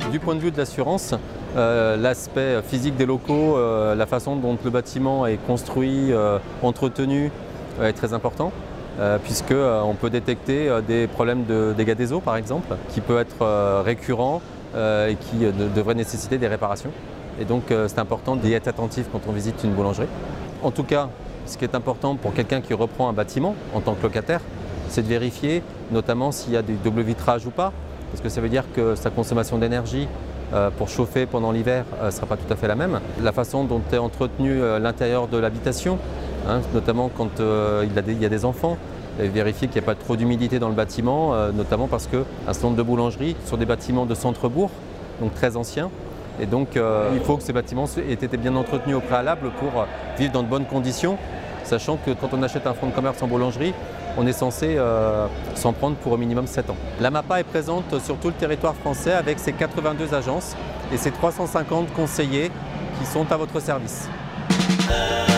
Du point de vue de l'assurance, l'aspect physique des locaux, la façon dont le bâtiment est construit, entretenu est très important. Puisqu'on peut détecter des problèmes de dégâts des eaux par exemple, qui peut être récurrent et qui devrait nécessiter des réparations. Et donc c'est important d'y être attentif quand on visite une boulangerie. En tout cas, ce qui est important pour quelqu'un qui reprend un bâtiment en tant que locataire, c'est de vérifier notamment s'il y a du double vitrage ou pas, parce que ça veut dire que sa consommation d'énergie pour chauffer pendant l'hiver ne sera pas tout à fait la même. La façon dont est entretenu l'intérieur de l'habitation, notamment quand il y a des enfants, vérifier qu'il n'y a pas trop d'humidité dans le bâtiment, notamment parce qu'un certain nombre de boulangeries sont des bâtiments de centre-bourg, donc très anciens. Et donc il faut que ces bâtiments aient été bien entretenus au préalable pour vivre dans de bonnes conditions, sachant que quand on achète un fonds de commerce en boulangerie, on est censé s'en prendre pour au minimum 7 ans. La MAPA est présente sur tout le territoire français avec ses 82 agences et ses 350 conseillers qui sont à votre service.